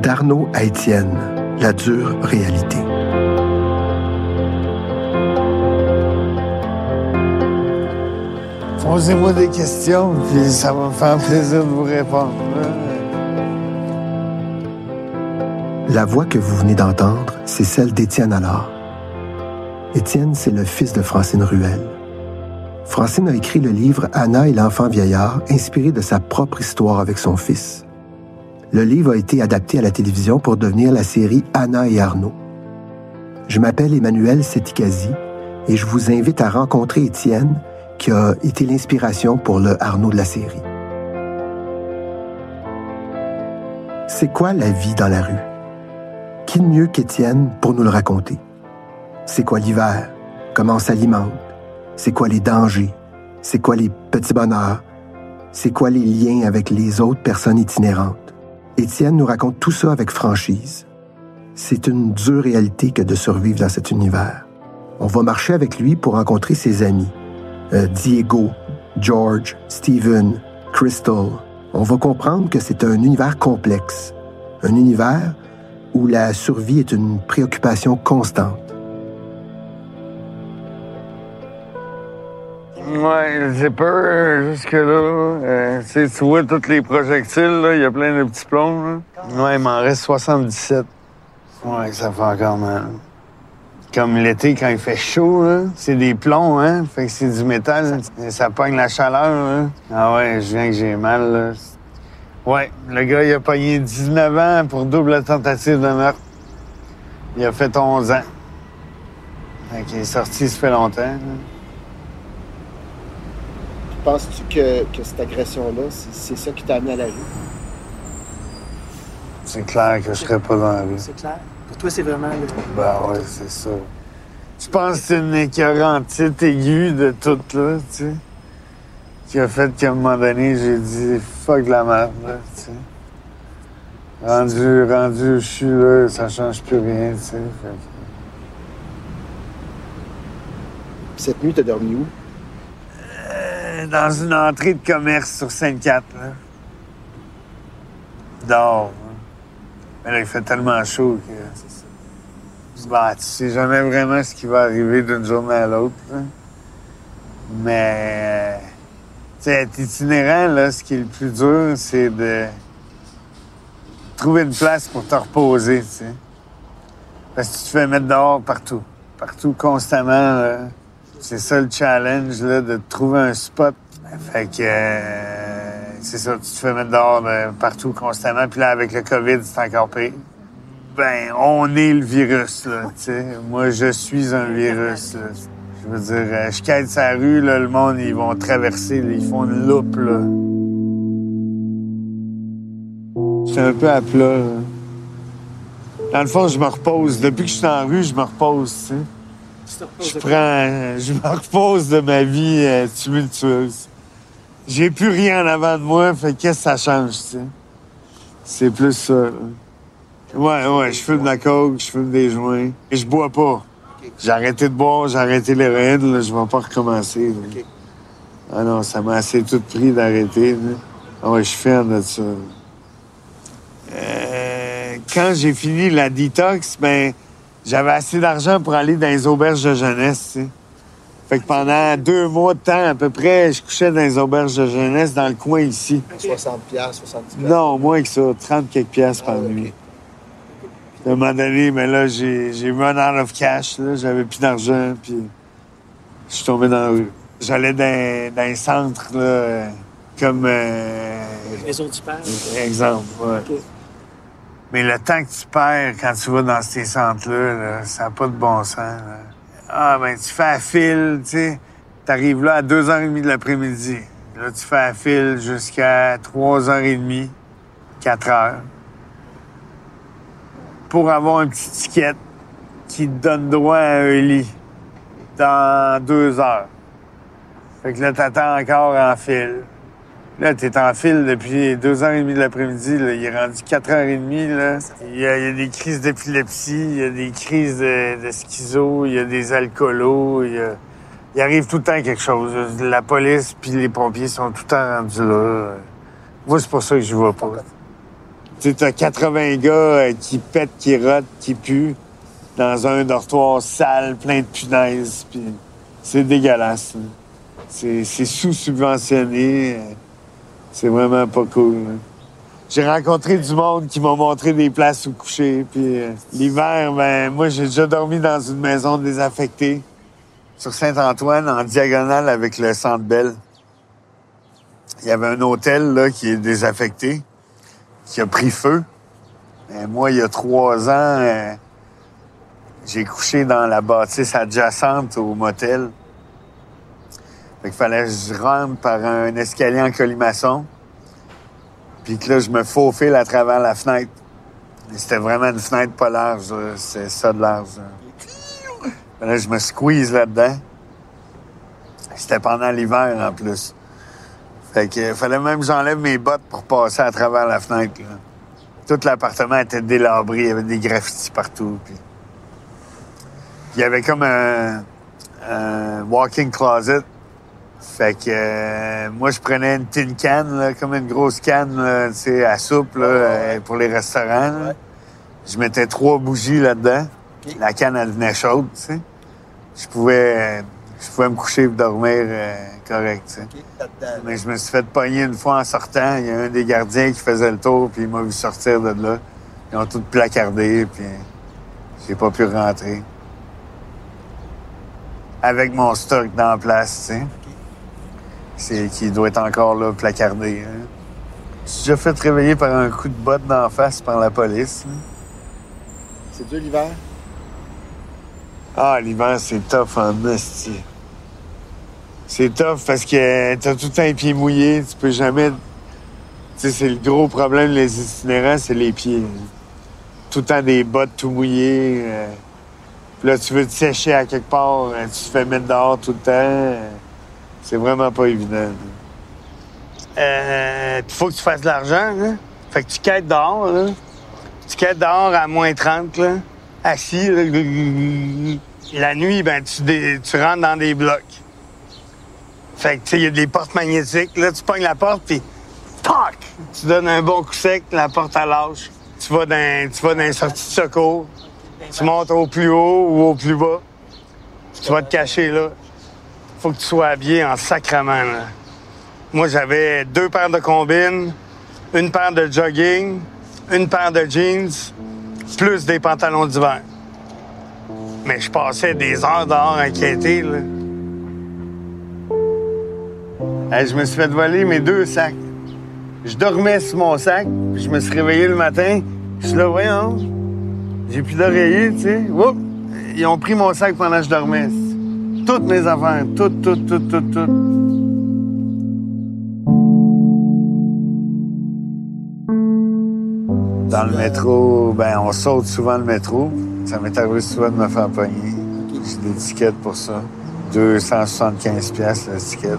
D'Arnaud à Étienne, la dure réalité. Posez-moi des questions, puis ça va me faire plaisir de vous répondre. La voix que vous venez d'entendre, c'est celle d'Étienne Allard. Étienne, c'est le fils de Francine Ruel. Francine a écrit le livre « Anna et l'enfant vieillard », inspiré de sa propre histoire avec son fils. Le livre a été adapté à la télévision pour devenir la série « Anna et Arnaud ». Je m'appelle Emmanuel Setikazi et je vous invite à rencontrer Étienne, qui a été l'inspiration pour le Arnaud de la série. C'est quoi la vie dans la rue? Qui de mieux qu'Étienne pour nous le raconter? C'est quoi l'hiver? Comment on s'alimente? C'est quoi les dangers? C'est quoi les petits bonheurs? C'est quoi les liens avec les autres personnes itinérantes? Étienne nous raconte tout ça avec franchise. C'est une dure réalité que de survivre dans cet univers. On va marcher avec lui pour rencontrer ses amis. Diego, George, Steven, Crystal. On va comprendre que c'est un univers complexe. Un univers où la survie est une préoccupation constante. Ouais, j'ai peur jusque-là. Tu vois tous les projectiles, il y a plein de petits plombs. Là. Ouais, il m'en reste 77. Ouais, ça fait encore mal. Comme l'été, quand il fait chaud, là, c'est des plombs, hein? Fait que c'est du métal. Ça pogne la chaleur, hein? Ah ouais, je viens que j'ai mal, là. Ouais, le gars, il a pogné 19 ans pour double tentative de meurtre. Il a fait 11 ans. Fait qu'il est sorti, ça fait longtemps, là. Penses-tu que cette agression-là, c'est ça qui t'a amené à la rue? C'est clair que je serais pas dans la rue. C'est clair? Pour toi, c'est vraiment... Ben ouais, c'est ça. Je pense que c'est une écœurantite aiguë de tout, là, tu sais. Qui a fait qu'à un moment donné, j'ai dit « fuck la merde », là, tu sais. Rendu où je suis, là, ça change plus rien, tu sais. Fait que... Cette nuit, t'as dormi où? Dans une entrée de commerce sur Sainte-Cat, là. Dehors. Mais là, il fait tellement chaud que... Bah, tu sais jamais vraiment ce qui va arriver d'une journée à l'autre, là. Mais... tu sais, être itinérant, là, ce qui est le plus dur, c'est de trouver une place pour te reposer, tu sais. Parce que tu te fais mettre dehors partout. Partout, constamment, là. C'est ça le challenge, là, de trouver un spot. Fait que, c'est ça, tu te fais mettre dehors partout, constamment. Puis là, avec le COVID, c'est encore pire. Ben, on est le virus, là, tu sais. Moi, je suis un virus, là. Je veux dire, je quitte sa rue, là, le monde, ils vont traverser, là, ils font une loupe, là. Je suis un peu à plat, là. Dans le fond, je me repose. Depuis que je suis en rue, je me repose, tu sais. Je me repose de ma vie tumultueuse. J'ai plus rien en avant de moi, fait qu'est-ce que ça change, tu sais? C'est plus ça, là. Ouais, je fume de la coke, je fume des joints. Et je bois pas. J'ai arrêté de boire, j'ai arrêté l'héroïne, là, je vais pas recommencer. Là. Ah non, ça m'a assez tout pris d'arrêter, là. Ah ouais, je suis fier de ça. Quand j'ai fini la détox, ben... j'avais assez d'argent pour aller dans les auberges de jeunesse, tu sais. Fait que pendant 2 mois de temps, à peu près, je couchais dans les auberges de jeunesse dans le coin ici. 60 piastres, 70 piastres? Non, moins que ça. 30 quelques piastres par nuit. À un moment donné, mais là, j'ai run out of cash, là. J'avais plus d'argent, puis je suis tombé dans la rue. J'allais dans les centres, là, comme... Les autres, tu perds? Exemple, ouais. Okay. Mais le temps que tu perds quand tu vas dans ces centres-là, là, ça n'a pas de bon sens. Là. Ah, ben, tu fais la file, tu sais. T'arrives là à 2h30 de l'après-midi. Là, tu fais la file jusqu'à 3h30, 4h. Pour avoir un petit ticket qui te donne droit à un lit dans 2 heures. Fait que là, t'attends encore en file. Là, t'es en file depuis 2h30 de l'après-midi. Là. Il est rendu 4h30. Là. Il y a des crises d'épilepsie, il y a des crises de schizo, il y a des alcoolos. Il arrive tout le temps quelque chose. La police puis les pompiers sont tout le temps rendus là. Moi, c'est pour ça que je vois pas. Tu sais, t'as 80 gars qui pètent, qui rotent, qui puent dans un dortoir sale, plein de punaises, puis c'est dégueulasse. Là. C'est sous-subventionné. C'est vraiment pas cool. Là. J'ai rencontré du monde qui m'a montré des places où coucher, puis l'hiver, ben moi, j'ai déjà dormi dans une maison désaffectée sur Saint-Antoine, en diagonale avec le Centre Bell. Il y avait un hôtel là, qui est désaffecté, qui a pris feu. Et moi, il y a 3 ans, j'ai couché dans la bâtisse adjacente au motel. Fait qu'il fallait que je rentre par un escalier en colimaçon. Puis que là, je me faufile à travers la fenêtre. Et c'était vraiment une fenêtre pas large. C'est ça de large. Là, je me squeeze là-dedans. C'était pendant l'hiver, en plus. Fait que fallait même que j'enlève mes bottes pour passer à travers la fenêtre. Là. Tout l'appartement était délabré. Il y avait des graffitis partout. Puis... il y avait comme un walk-in closet. Fait que moi, je prenais une tin can, là, comme une grosse canne là, à soupe là, pour les restaurants. Là. Je mettais 3 bougies là-dedans. Okay. La canne, elle devenait chaude, tu sais. Je pouvais me coucher et dormir correct, tu sais. Okay. Mais je me suis fait pogner une fois en sortant. Il y a un des gardiens qui faisait le tour, puis il m'a vu sortir de là. Ils ont tout placardé, puis j'ai pas pu rentrer. Avec mon stock dans la place, tu sais. C'est qui doit être encore là, placardé. Hein. Je suis déjà fait réveiller par un coup de botte d'en face par la police. Hein. C'est dur l'hiver? Ah, l'hiver, c'est tough en esti. C'est tough parce que t'as tout le temps les pieds mouillés. Tu peux jamais... Tu sais, c'est le gros problème des itinérants, c'est les pieds. Hein. Tout le temps des bottes tout mouillées. Puis là, tu veux te sécher à quelque part. Tu te fais mettre dehors tout le temps. C'est vraiment pas évident. Faut que tu fasses de l'argent, là. Fait que tu quêtes dehors, là. Tu quêtes dehors à moins 30, là. Assis, là. La nuit, ben, tu rentres dans des blocs. Fait que, tu sais, il y a des portes magnétiques. Là, tu pognes la porte, puis tac! Tu donnes un bon coup sec, la porte à lâche. Tu vas dans une sortie de secours. Tu montes au plus haut ou au plus bas. Tu vas te cacher, là. Faut que tu sois habillé en sacrament, là. Moi, j'avais 2 paires de combines, 1 paire de jogging, 1 paire de jeans, plus des pantalons d'hiver. Mais je passais des heures dehors à quêter, là. Hey, je me suis fait voler mes 2 sacs. Je dormais sur mon sac, puis je me suis réveillé le matin. Je suis là, voyons, j'ai plus d'oreiller, tu sais. Oups! Ils ont pris mon sac pendant que je dormais. Toutes mes affaires, toutes. Dans le métro, ben on saute souvent le métro. Ça m'est arrivé souvent de me faire pogner. J'ai des tickets pour ça. 275$ la ticket.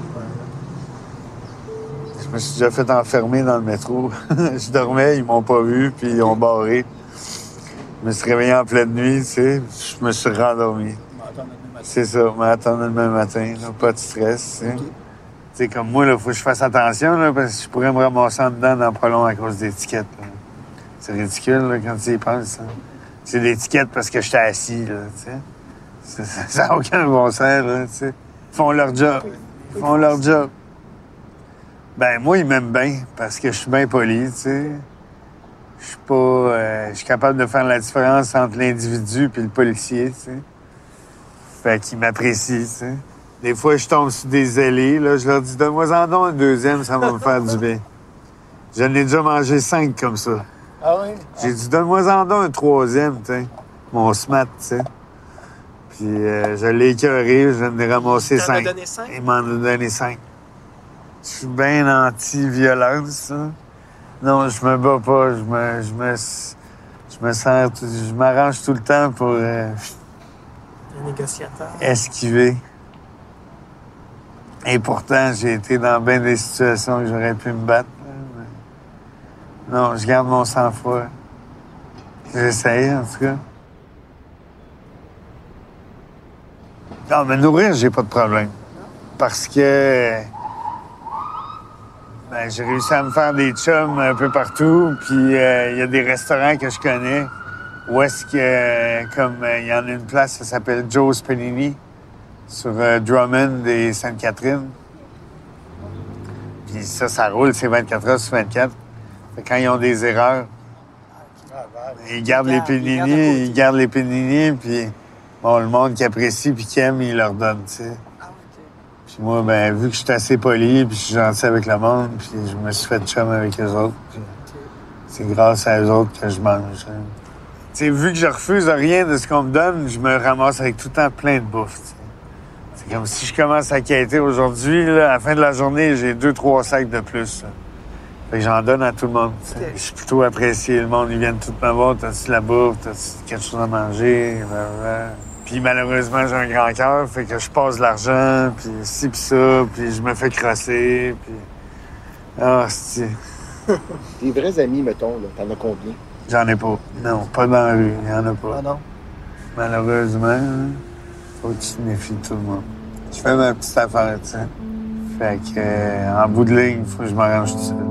Je me suis déjà fait enfermer dans le métro. Je dormais, ils m'ont pas vu, puis ils ont barré. Je me suis réveillé en pleine nuit, tu sais. Je me suis rendormi. C'est ça, m'attendre le même matin, là, pas de stress, tu sais. Okay. Tu sais, comme moi, il faut que je fasse attention, là, parce que je pourrais me ramasser en dedans dans pas long à cause des étiquettes. Là. C'est ridicule, là, quand tu y penses. Hein. C'est des étiquettes parce que j'étais assis, là, tu sais. Ça n'a aucun bon sens, là, tu sais. Ils font leur job. Ben, moi, ils m'aiment bien parce que je suis bien poli, tu sais. Je suis pas... je suis capable de faire la différence entre l'individu et le policier, tu sais. Fait qu'ils m'apprécient, tu sais. Des fois, je tombe sur des ailés, là, je leur dis, donne-moi-en donc un deuxième, ça va me faire du bien. J'en ai déjà mangé 5 comme ça. Ah oui? J'ai dit, donne-moi-en donc un troisième, tu sais. Mon smat, tu sais. Puis je l'ai écœuré, je l'ai ramassé 5. Il t'en a donné 5? Il m'en a donné 5. Je suis bien anti-violence, ça. Non, je me bats pas, je m'arrange tout le temps pour... Un négociateur. Esquiver. Et pourtant, j'ai été dans bien des situations où j'aurais pu me battre. Mais... non, je garde mon sang-froid. J'essaye, en tout cas. Non, mais nourrir, j'ai pas de problème. Parce que... ben, j'ai réussi à me faire des chums un peu partout. Puis il y a des restaurants que je connais où est-ce que, comme il y en a une place, ça s'appelle Joe's Panini sur Drummond et Sainte-Catherine. Puis ça roule, c'est 24 heures sur 24. Fait que quand ils ont des erreurs, ils gardent les panini, puis bon, le monde qui apprécie puis qui aime, ils leur donnent, tu sais. Puis moi, ben vu que je suis assez poli, puis je suis gentil avec le monde, puis je me suis fait chum avec eux autres, puis c'est grâce à eux autres que je mange. Hein. Tu sais, vu que je refuse rien de ce qu'on me donne, je me ramasse avec tout le temps plein de bouffe, t'sais. C'est comme si je commence à quêter aujourd'hui, là, à la fin de la journée, j'ai 2-3 sacs de plus, là. Fait que j'en donne à tout le monde. Okay. Je suis plutôt apprécié. Le monde, ils viennent tout me voir. T'as-tu la bouffe? T'as-tu quelque chose à manger? Blablabla. Puis malheureusement, j'ai un grand cœur. Fait que je passe de l'argent, puis ci, puis ça. Puis je me fais crosser. Puis... Ah, c'est... Tes vrais amis, mettons, là, t'en as combien? J'en ai pas. Non, pas dans la rue. Il y en a pas. Ah non? Malheureusement, hein, faut que tu te méfies de tout le monde. Je fais ma petite affaire, tu sais. Fait que, en bout de ligne, il faut que je m'arrange tout seul.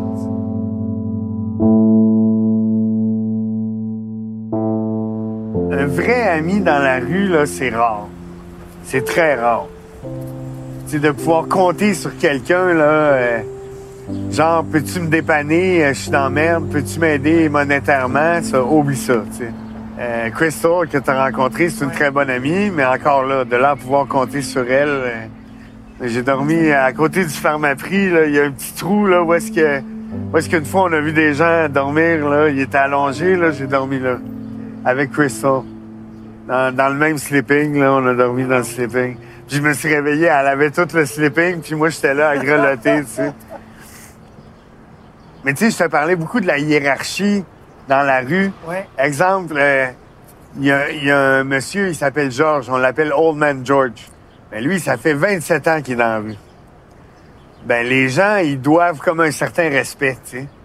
Un vrai ami dans la rue, là, c'est rare. C'est très rare. C'est de pouvoir compter sur quelqu'un, là, genre, peux-tu me dépanner, je suis dans la merde, peux-tu m'aider monétairement, ça, oublie ça, tu sais. Crystal, que tu as rencontré, c'est une très bonne amie, mais encore là, de là à pouvoir compter sur elle... j'ai dormi à côté du pharmaprix, là. Il y a un petit trou, là, où est-ce qu'une fois, on a vu des gens dormir, là. Ils étaient allongés, là. J'ai dormi là. Avec Crystal. Dans le même sleeping, là. On a dormi dans le sleeping. Puis je me suis réveillé, elle avait tout le sleeping, puis moi, j'étais là à grelotter, tu sais. Mais tu sais, je te parlais beaucoup de la hiérarchie dans la rue. Ouais. Exemple, il y a un monsieur, il s'appelle George. On l'appelle Old Man George. Ben lui, ça fait 27 ans qu'il est dans la rue. Ben les gens, ils doivent comme un certain respect, tu sais.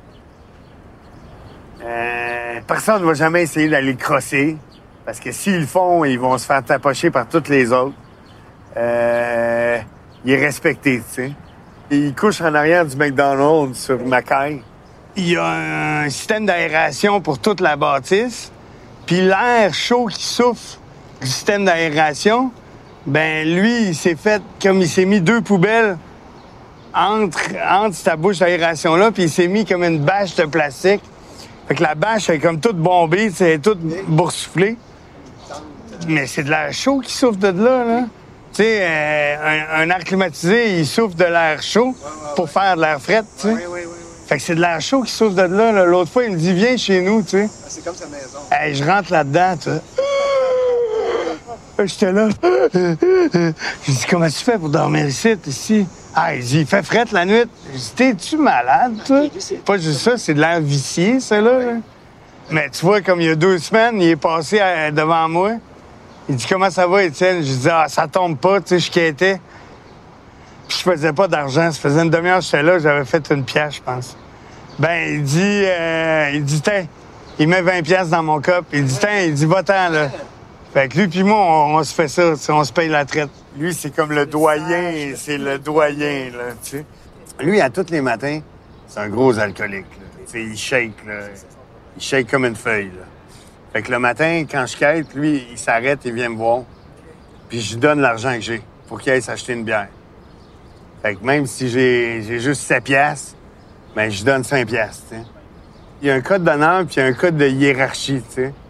Personne ne va jamais essayer d'aller le crosser, parce que s'ils le font, ils vont se faire tapocher par toutes les autres. Il est respecté, tu sais. Il couche en arrière du McDonald's sur Mackay. Il y a un système d'aération pour toute la bâtisse, puis l'air chaud qui souffle du système d'aération... Ben lui, il s'est fait comme il s'est mis 2 poubelles entre sa bouche d'aération-là, puis il s'est mis comme une bâche de plastique. Fait que la bâche est comme toute bombée, c'est toute boursouflée. Mais c'est de l'air chaud qui souffle de là. Tu sais, un air climatisé, il souffle de l'air chaud pour faire de l'air frais, tu sais. Oui. Fait que c'est de l'air chaud qui souffle de là. L'autre fois, il me dit, viens chez nous, tu sais. C'est comme sa maison. Hey, je rentre là-dedans, tu sais. J'étais là. J'ai dit, comment tu fais pour dormir ici? Ah, il dit, il fait frette la nuit. J'ai dit, t'es-tu malade, toi? Pas juste ça, c'est de l'air vicié, ça, là. Mais tu vois, comme il y a 2 semaines, il est passé devant moi. Il dit, comment ça va, Étienne? J'ai dit, ah, ça tombe pas, tu sais, je quêtais. Puis je faisais pas d'argent. Ça faisait une demi-heure que j'étais là, j'avais fait une pièce, je pense. Ben, il dit, tiens, il met 20 pièces dans mon cop. Il dit, tiens, va-t'en, là. Fait que lui puis moi, on se fait ça, on se paye la traite. Lui, c'est comme le doyen, c'est le doyen, là, tu sais. Lui, à tous les matins, c'est un gros alcoolique, là. Tu sais, il shake, là. Il shake comme une feuille, là. Fait que le matin, quand je quête, lui, il s'arrête, il vient me voir. Puis je lui donne l'argent que j'ai pour qu'il aille s'acheter une bière. Fait que même si j'ai juste 7 piastres, ben je lui donne 5 piastres, tu sais. Il y a un code d'honneur puis il y a un code de hiérarchie, tu sais.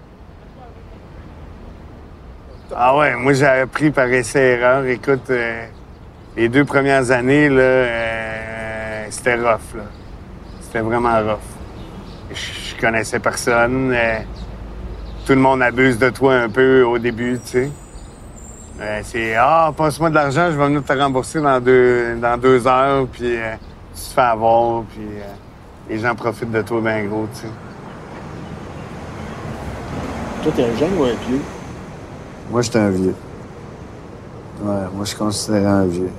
Ah ouais, moi j'ai appris par essai-erreur. Écoute, les 2 premières années, là, c'était rough, là. C'était vraiment rough. Je connaissais personne. Tout le monde abuse de toi un peu au début, tu sais. C'est « Ah, passe-moi de l'argent, je vais venir te rembourser dans 2 heures, puis tu te fais avoir, puis les gens profitent de toi bien gros, tu sais. » Toi, t'es un jeune ou un vieux? Moi, j'étais un vieux. Ouais, moi, je considérais un vieux.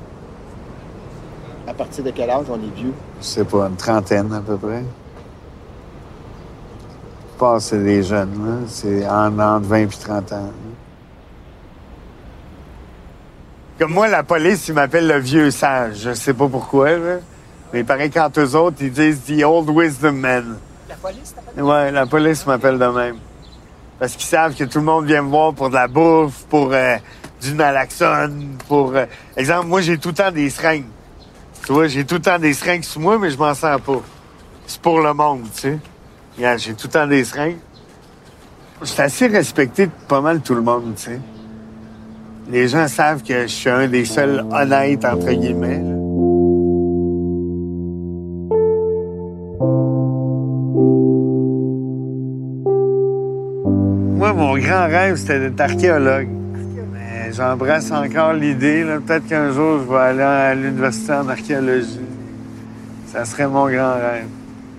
À partir de quel âge on est vieux? Je sais pas, une trentaine à peu près. Je pense que c'est des jeunes, là. C'est entre 20 et 30 ans. Là. Comme moi, la police, ils m'appellent le vieux sage. Je sais pas pourquoi, là. Mais il paraît qu'entre eux autres, ils disent « The Old Wisdom Men ». La police t'appelle? Ouais, la police m'appelle de même. Parce qu'ils savent que tout le monde vient me voir pour de la bouffe, pour du naloxone, pour... exemple, moi, j'ai tout le temps des seringues. Tu vois, j'ai tout le temps des seringues sur moi, mais je m'en sers pas. C'est pour le monde, tu sais. Regarde, j'ai tout le temps des seringues. Je suis assez respecté de pas mal tout le monde, tu sais. Les gens savent que je suis un des seuls honnêtes, entre guillemets, là. Moi, mon grand rêve, c'était d'être archéologue. Mais j'embrasse encore l'idée, là. Peut-être qu'un jour, je vais aller à l'université en archéologie. Ça serait mon grand rêve.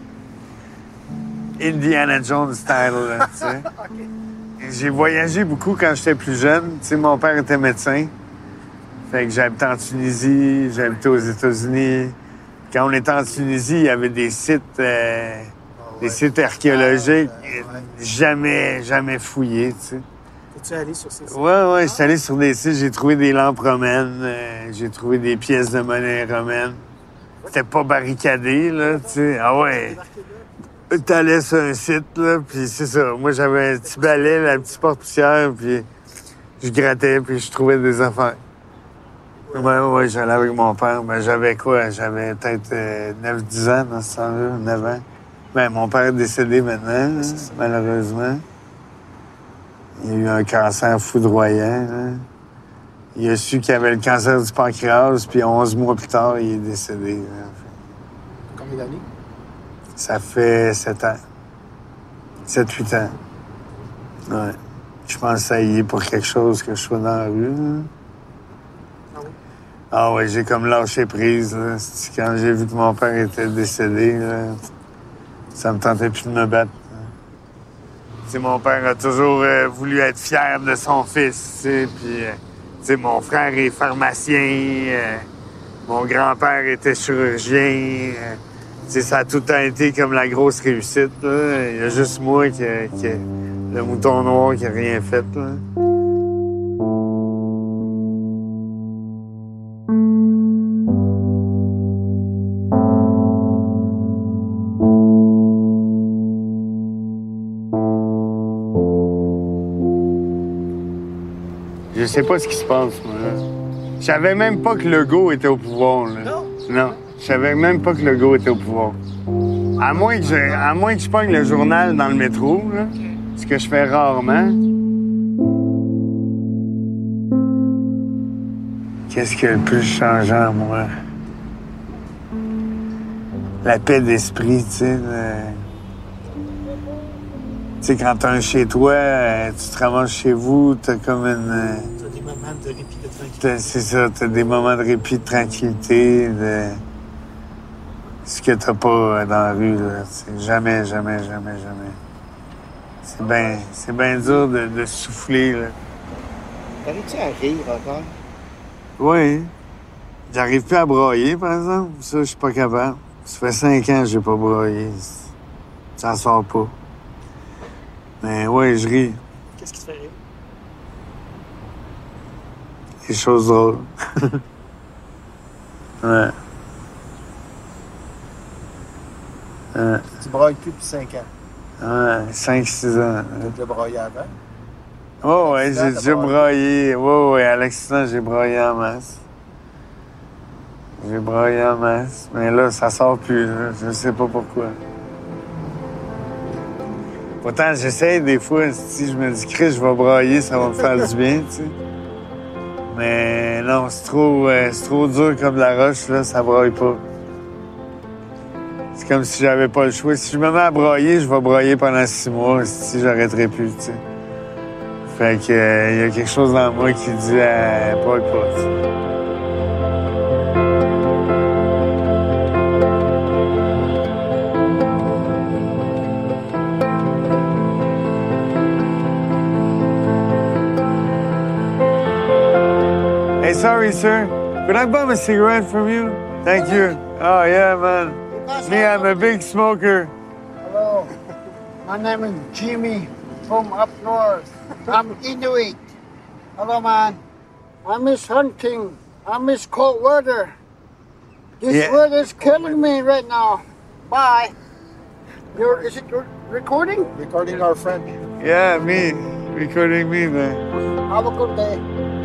Indiana Jones style, là, tu sais. J'ai voyagé beaucoup quand j'étais plus jeune. Tu sais, mon père était médecin. Fait que j'habitais en Tunisie, j'habitais aux États-Unis. Quand on était en Tunisie, il y avait des sites sites archéologiques jamais fouillés, tu sais. Es-tu allé sur ces sites? Ouais, j'étais allé sur des sites, j'ai trouvé des lampes romaines, j'ai trouvé des pièces de monnaie romaines. C'était pas barricadé, là, tu sais. Ah ouais. T'allais sur un site, là, puis c'est ça. Moi, j'avais un petit balai, la petite porte-poussière, puis je grattais, puis je trouvais des affaires. Ouais, j'allais avec mon père. Ben, j'avais quoi? J'avais peut-être 9-10 ans dans ce temps-là, 9 ans. Ben, mon père est décédé maintenant, là, malheureusement. Il a eu un cancer foudroyant, là. Il a su qu'il avait le cancer du pancréas, puis 11 mois plus tard, il est décédé, là. Combien d'années? Ça fait 7 ans. 7-8 ans. Ouais. Je pense que ça y est pour quelque chose que je sois dans la rue, là. Ah oui? Ah ouais, j'ai comme lâché prise, là. Quand j'ai vu que mon père était décédé, là, ça me tentait plus de me battre. Tu sais, mon père a toujours voulu être fier de son fils, tu sais, puis... tu sais, mon frère est pharmacien, mon grand-père était chirurgien. Tu sais, ça a tout le temps été comme la grosse réussite, là. Il y a juste moi qui le mouton noir qui a rien fait, là. Je sais pas ce qui se passe, moi, là. Je savais même pas que Legault était au pouvoir, là. Non. Je savais même pas que Legault était au pouvoir. À moins que je pogne le journal dans le métro, là, ce que je fais rarement. Qu'est-ce qui a le plus changé en moi? La paix d'esprit, tu sais. Tu sais, quand t'as un chez toi, tu te ramasses chez vous, t'as comme une... T'as des moments de répit, de tranquillité. C'est ça, t'as des moments de répit, de tranquillité, de... Ce que t'as pas dans la rue, là. C'est jamais. C'est bien dur de souffler, là. T'arrives-tu à rire encore? Oui. J'arrive plus à broyer, par exemple. Ça, je suis pas capable. Ça fait 5 ans que j'ai pas broyé. Ça sort pas. Mais oui, je ris. Qu'est-ce qui te fait rire? Des choses drôles. Ouais. Tu brailles plus depuis 5 ans. Ouais, 5-6 ans. Tu as déjà broyé avant? Oh, ouais, j'ai déjà broyé. Ouais, à l'accident, j'ai broyé en masse. Mais là, ça sort plus, là. Je sais pas pourquoi. Pourtant, j'essaie des fois, si je me dis, Chris, je vais broyer, ça va me faire du bien, tu sais. Mais non, c'est trop dur comme de la roche, là, ça broye pas. C'est comme si j'avais pas le choix. Si je me mets à broyer, je vais broyer pendant 6 mois, si j'arrêterai plus, tu sais. Fait que, y a quelque chose dans moi qui dit, broye pas, tu sais. Hey, sorry, sir. Could I bum a cigarette from you? Thank you. Oh, yeah, man. Me, I'm a big smoker. Hello, my name is Jimmy from up north. I'm Inuit. Hello, man. I miss hunting. I miss cold weather. This Yeah. word is killing me right now. Bye. Is it recording? Recording our friend. Yeah, me. Recording me, man. Have a good day.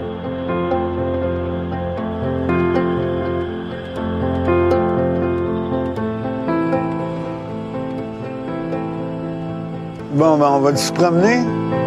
Bon, ben, on va se promener?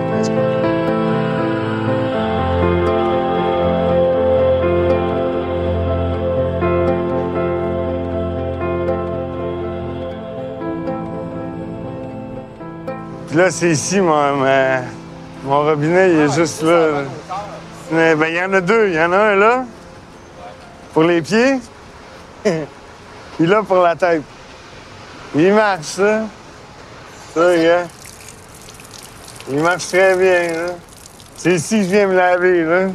Puis là, c'est ici, mon robinet, il est juste là. Ben, il y en a deux. Il y en a un là, pour les pieds, puis là, pour la tête. Il marche, ça. Ça, regarde. Il marche très bien, là. C'est ici que je viens me laver, là.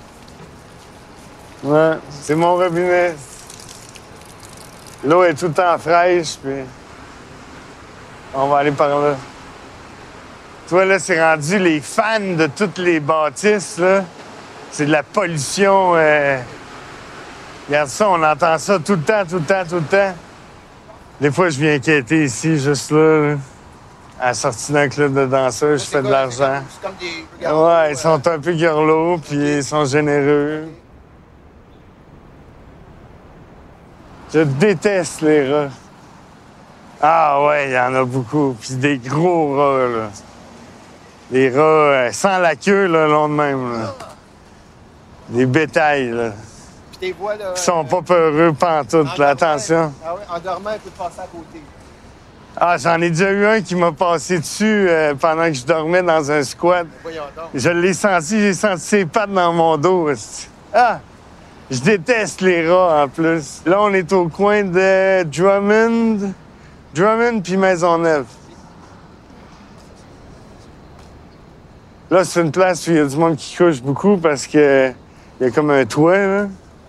Ouais, c'est mon robinet. L'eau est tout le temps fraîche, puis on va aller par là. Tu vois, là, c'est rendu les fans de toutes les bâtisses, là. C'est de la pollution. Regarde ça, on entend ça tout le temps, tout le temps, tout le temps. Des fois, je viens quêter ici, juste là. À la sortie d'un club de danseurs, je fais de l'argent. C'est comme des... Ouais, ils sont un peu gurlots, puis ils sont généreux. Je déteste les rats. Ah ouais, il y en a beaucoup. Puis des gros rats, là. Des rats sans la queue, là, long de même, là. Des bétails, là. Puis tes voix, là... Ils sont pas peureux pantoute, là, attention. Ah ouais, en dormant, il peut te passer à côté. Ah, j'en ai déjà eu un qui m'a passé dessus pendant que je dormais dans un squat. Voyons donc. Je l'ai senti, j'ai senti ses pattes dans mon dos. esti. Ah! Je déteste les rats, en plus. Là, on est au coin de Drummond puis Maisonneuve. Là, c'est une place où il y a du monde qui couche beaucoup parce que il y a comme un toit, là.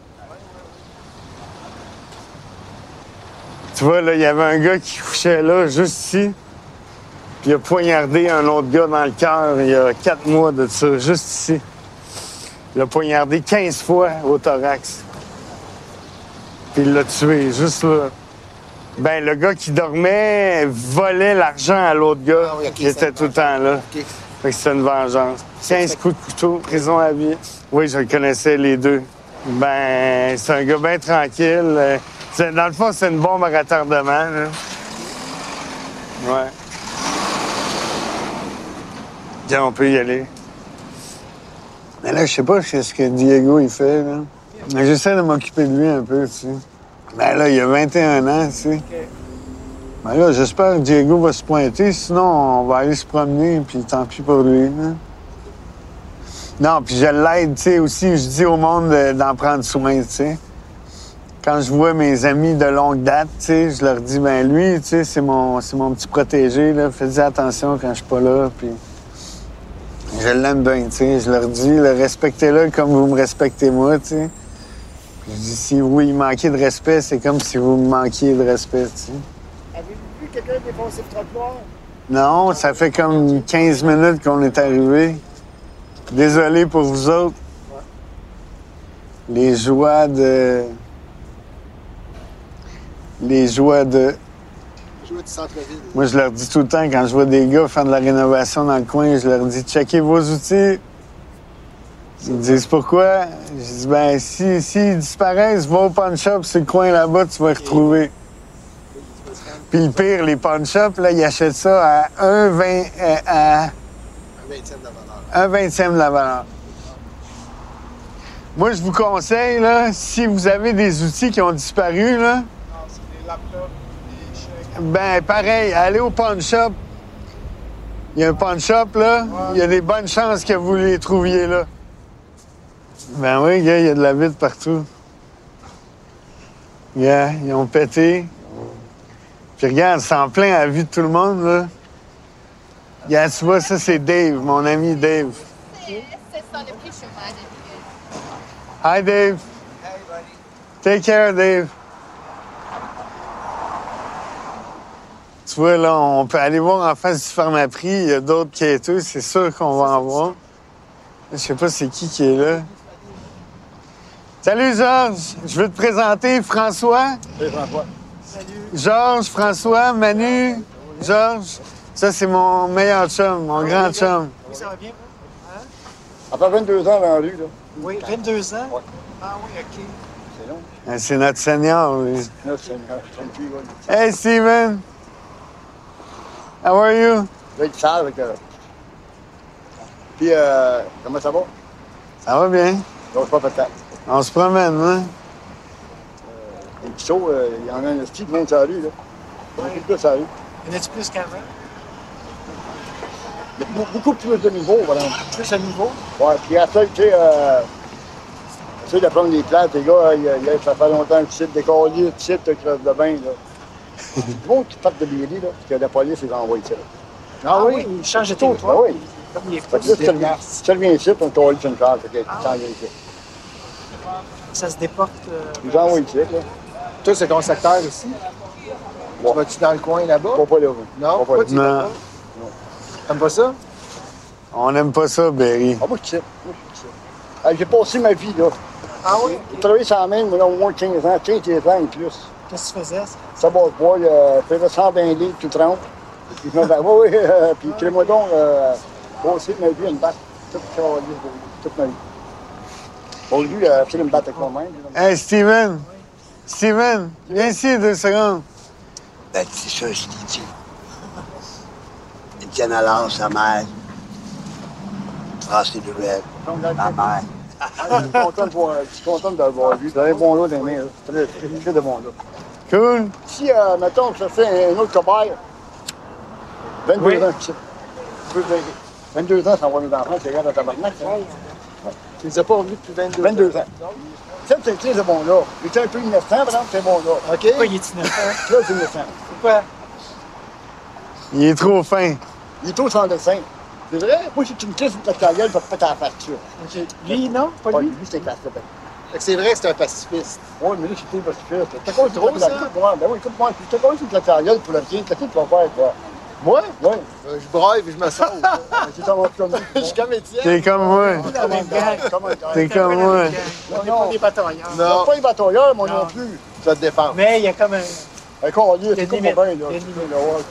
Tu vois, là, il y avait un gars qui couchait là, juste ici. Puis il a poignardé un autre gars dans le cœur il y a 4 mois de ça, juste ici. Il l'a poignardé 15 fois au thorax. Puis il l'a tué, juste là. Ben, le gars qui dormait volait l'argent à l'autre gars Ah oui, ok, qui était tout le temps là. OK. Fait que c'était une vengeance. 15 coups de couteau, prison à vie. Oui, je le connaissais les deux. Ben, c'est un gars bien tranquille. Dans le fond, c'est une bombe à retardement, là. Ouais. Tiens, on peut y aller. Mais là, je sais pas ce que Diego, il fait, là. Mais j'essaie de m'occuper de lui un peu, tu sais. Ben là, il a 21 ans, tu sais. Ben là, j'espère que Diego va se pointer, sinon on va aller se promener, puis tant pis pour lui, là. Non, puis je l'aide, tu sais, aussi, je dis au monde d'en prendre soin, tu sais. Quand je vois mes amis de longue date, tu sais, je leur dis, ben lui, tu sais, c'est mon petit protégé, là. Faites attention quand je suis pas là, puis je l'aime bien, tu sais. Je leur dis, respectez-le comme vous me respectez moi, tu sais. Puis je dis, si vous lui manquez de respect, c'est comme si vous me manquiez de respect, tu sais. Avez-vous vu quelqu'un défoncer le trottoir? Non, ça fait comme 15 minutes qu'on est arrivé. Désolé pour vous autres. Les joies de... Jouer du centre-ville. Moi, je leur dis tout le temps, quand je vois des gars faire de la rénovation dans le coin, je leur dis, checkez vos outils. Ils me disent pourquoi? Je dis, ben, s'ils disparaissent, va au pawn shop, c'est le coin là-bas, tu vas les retrouver. Puis le pire, les pawn shops, là, ils achètent ça à 1,20 à Un 20e de la valeur. 1/20 de la valeur. Moi, je vous conseille, là, si vous avez des outils qui ont disparu, là, Non, c'est des laptops, des chèques. ben, pareil, allez au pawn shop. Il y a un pawn shop, là. Il y a des bonnes chances que vous les trouviez là. Ben oui, gars, il y a de la vide partout. Yeah, ils ont pété. Puis regarde, c'est en plein à la vue de tout le monde, là. Regarde, tu vois, ça, c'est Dave, mon ami Dave. C'est ça le plus chemin. Hi, Dave. Hey, buddy. Take care, Dave. Tu vois, là, on peut aller voir en face du Pharmaprix. Il y a d'autres quêteux, c'est sûr qu'on va en voir. Je sais pas c'est qui est là. Salut, Georges. Je veux te présenter François. Salut, François. Georges, François, Manu, Georges. Ça, c'est mon meilleur chum, mon grand chum. Oui, ça va bien, vous? Après 22 ans dans la rue, là. Oui, 22 ans? Ouais. Ah oui, OK. C'est long. C'est notre senior, lui. Là, c'est une fille, ouais. Hey, Steven. How are you? Là, il sale avec. Puis, comment ça va? Ça va bien. Donc, pas peut-être. On se promène, hein? Les petits shows, il y en a un petit de monde sur la rue, là. Il y en a plus sur la rue. Y en a-tu plus qu'avant? Il y a beaucoup plus de niveau, voilà. Plus à niveau? Ouais, puis après, tu sais, essayer de prendre les places, les gars, ça fait longtemps que tu cites des colliers, tu cites, tu crèves de bain, là. Du monde qui part de Billy, là, puis que la police les envoie ici, là. Ah oui, il change de territoire. Ah oui. Comme il est Fait pas que là, si tu reviens ici, on te colle sur une carte, fait que tu t'en viens ici. Ça se déporte. Ils envoient ici, là. Toi, c'est ton secteur ici? Ouais. Tu vas-tu dans le coin là-bas? Pas là, Non? Pas Pourquoi là. tu y vas Non. pas? T'aimes pas ça? On n'aime pas ça, Berry. Ah, moi, je sais. J'ai passé ma vie, là. Ah oui? J'ai travaillé sur la main, moi, là, au moins 15 ans, 15 ans et plus. Qu'est-ce que tu faisais? Ça bosse bois, je faisais 120 livres, tout trempe. Puis je me disais, oui, puis crée-moi donc, passer ma vie à une batte. Toute ma vie. Bon, lui, il a fait me battre avec moi-même. Hey, Steven. Steven, viens ici 2 secondes. Ben, c'est ça, je t'ai dit. Étienne Allard, sa mère. François Duret, ma mère. Je suis content de l'avoir vu. Vous avez un bon lot dans les mains, là. Très de bon lot. Cool. Si, mettons, ça fait un autre cobaye, 22 Oui. ans, tu sais. 22 ans, ça envoie nos enfants, c'est regarde à tabarnak, ça. Tu les as pas revus depuis 22 ans. 22 ans. Ça, c'est très de bon là. Il était un peu innocent, par exemple, c'est bon là. OK? Pourquoi il est innocent? Là, c'est innocent. Pourquoi? Il est trop fin. Il est tout sans dessin. C'est vrai? Moi, si tu me crisses une ta gueule, tu vas te péter la facture. OK. Lui, non? Pas Pas lui? lui, c'est classe, là. Fait que c'est vrai que c'est un pacifiste. Oui, mais là, c'était pas super. T'as quoi, trop, ça? Ben oui, écoute-moi, t'as quoi, une claque à la gueule pour le rien? Qu'est-ce que tu vas faire, toi? Moi? Oui. Je braille et je me sauve. C'est ton comme Je suis comme Étienne. T'es comme moi. T'es comme moi. On n'est pas des bataillons. Non. Pas les batailleurs, moi Non. non plus. Tu vas te défendre. Mais il y a comme un... Un collier, Il y a c'est une comme limite. bien, là. Il y a une limite. Là, ouais.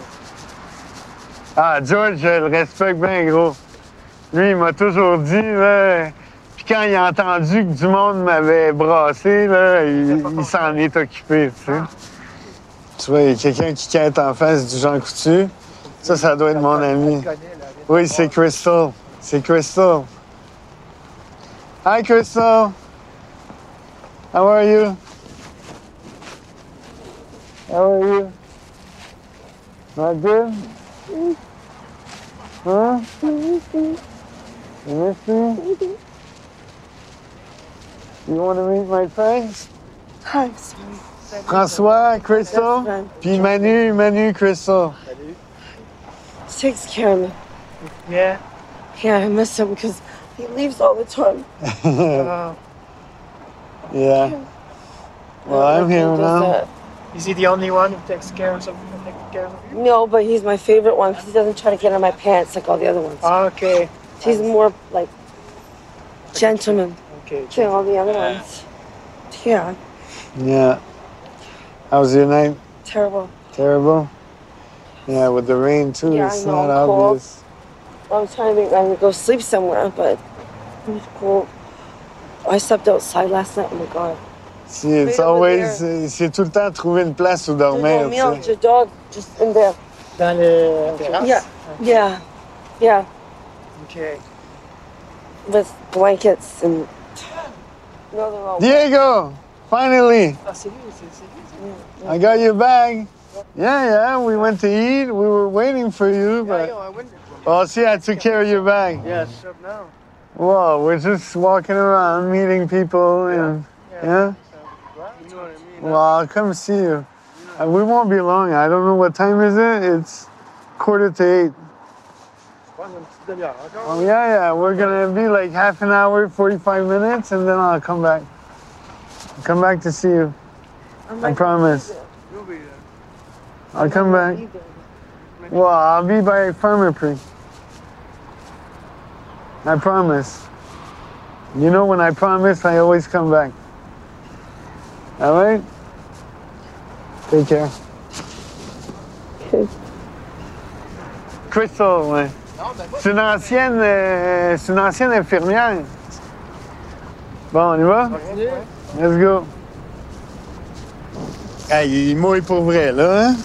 Ah, George, je le respecte bien, gros. Lui, il m'a toujours dit, là... Puis quand il a entendu que du monde m'avait brassé, là, il s'en est occupé, tu sais. Tu vois, il y a quelqu'un qui quête en face du Jean Coutu. Ça doit être mon ami. Oui, c'est Crystal. C'est Crystal. Hi, Crystal. How are you? How are you? Not good? Huh? You miss me? You want to meet my friends? Hi, sorry. François, Crystal, puis Manu, Crystal. He takes care of me. Yeah. Yeah, I miss him because he leaves all the time. Yeah. Well, I'm here He does now. that. Is he the only one who takes care of something? No, but he's my favorite one because he doesn't try to get on my pants like all the other ones. Okay. He's more like gentleman Okay. than all the other ones. Yeah, Yeah. How's your night? terrible. Terrible? Yeah, with the rain too, Yeah, it's I know, not I'm cold. obvious. I was trying to make my go sleep somewhere, but it was cold. I slept outside last night. Oh my god. See, it's Right over always, there. c'est tout le temps trouver une place où There's dormir, no meal. tu sais. Your dog just in there. Dans le... Yeah, yeah, yeah. Okay. With blankets and. No, they're all. Diego, finally, Ah, c'est lui, c'est lui. I got your bag. Yeah, we went to eat. We were waiting for you, but... I wouldn't... Oh, see, I took care of your bag. Yeah, it's up now. Whoa, we're just walking around, meeting people, and... Yeah? You know what I mean? Well, I'll come see you. We won't be long. I don't know what time is it. It's 7:45. Oh, yeah. We're going to be like half an hour, 45 minutes, and then I'll come back. I'll come back to see you. I promise. You'll be there. I'll come back. Well, I'll be by Farmer Creek. I promise. You know, when I promise, I always come back. Ah ouais? Take care. Okay. Crystal, ouais. C'est une ancienne infirmière. Bon, on y va? Let's go. Hey, il mouille pour vrai, là, hein?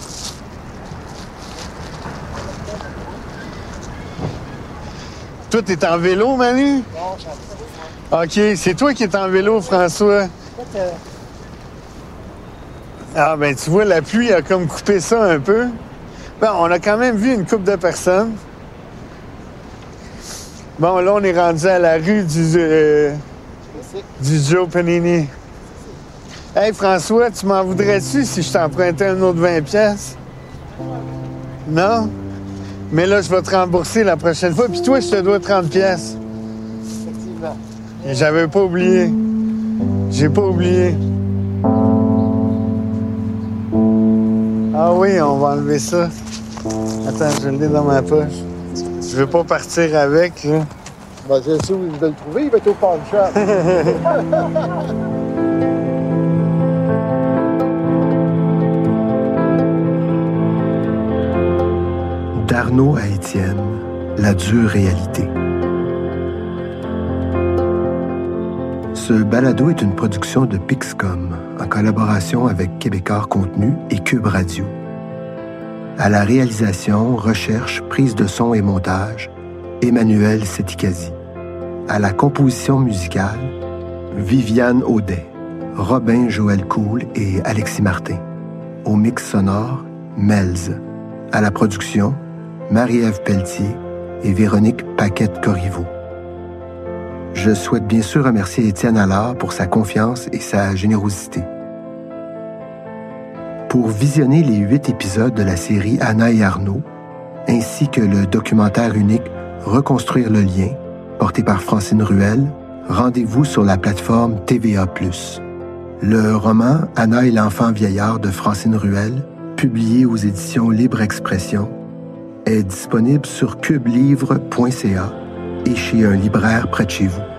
Toi, t'es en vélo, Manu? OK, c'est toi qui es en vélo, François. Ah, ben, tu vois, la pluie a comme coupé ça un peu. Bon, on a quand même vu une couple de personnes. Bon, là, on est rendu à la rue du Joe Panini. Hey, François, tu m'en voudrais-tu si je t'empruntais un autre 20 pièces? Non? Mais là, je vais te rembourser la prochaine fois. Puis toi, je te dois 30 pièces. Effectivement. Et j'avais pas oublié. J'ai pas oublié. Ah oui, on va enlever ça. Attends, je l'ai dans ma poche. Je veux pas partir avec, là. Ben, c'est sûr, je vais le trouver, il va être au pawn shop. D'Arnaud à Étienne, la dure réalité. Ce balado est une production de Pixcom en collaboration avec Québécois Contenu et Cube Radio. À la réalisation, recherche, prise de son et montage, Emmanuel Setikazi. À la composition musicale, Viviane Audet, Robin Joël Cool et Alexis Martin. Au mix sonore, Melz. À la production, Marie-Ève Pelletier et Véronique Paquette-Corriveau. Je souhaite bien sûr remercier Étienne Allard pour sa confiance et sa générosité. Pour visionner les 8 épisodes de la série Anna et Arnaud, ainsi que le documentaire unique Reconstruire le lien, porté par Francine Ruel, rendez-vous sur la plateforme TVA+. Le roman Anna et l'enfant vieillard de Francine Ruel, publié aux éditions Libre Expression, est disponible sur cubelivre.ca et chez un libraire près de chez vous.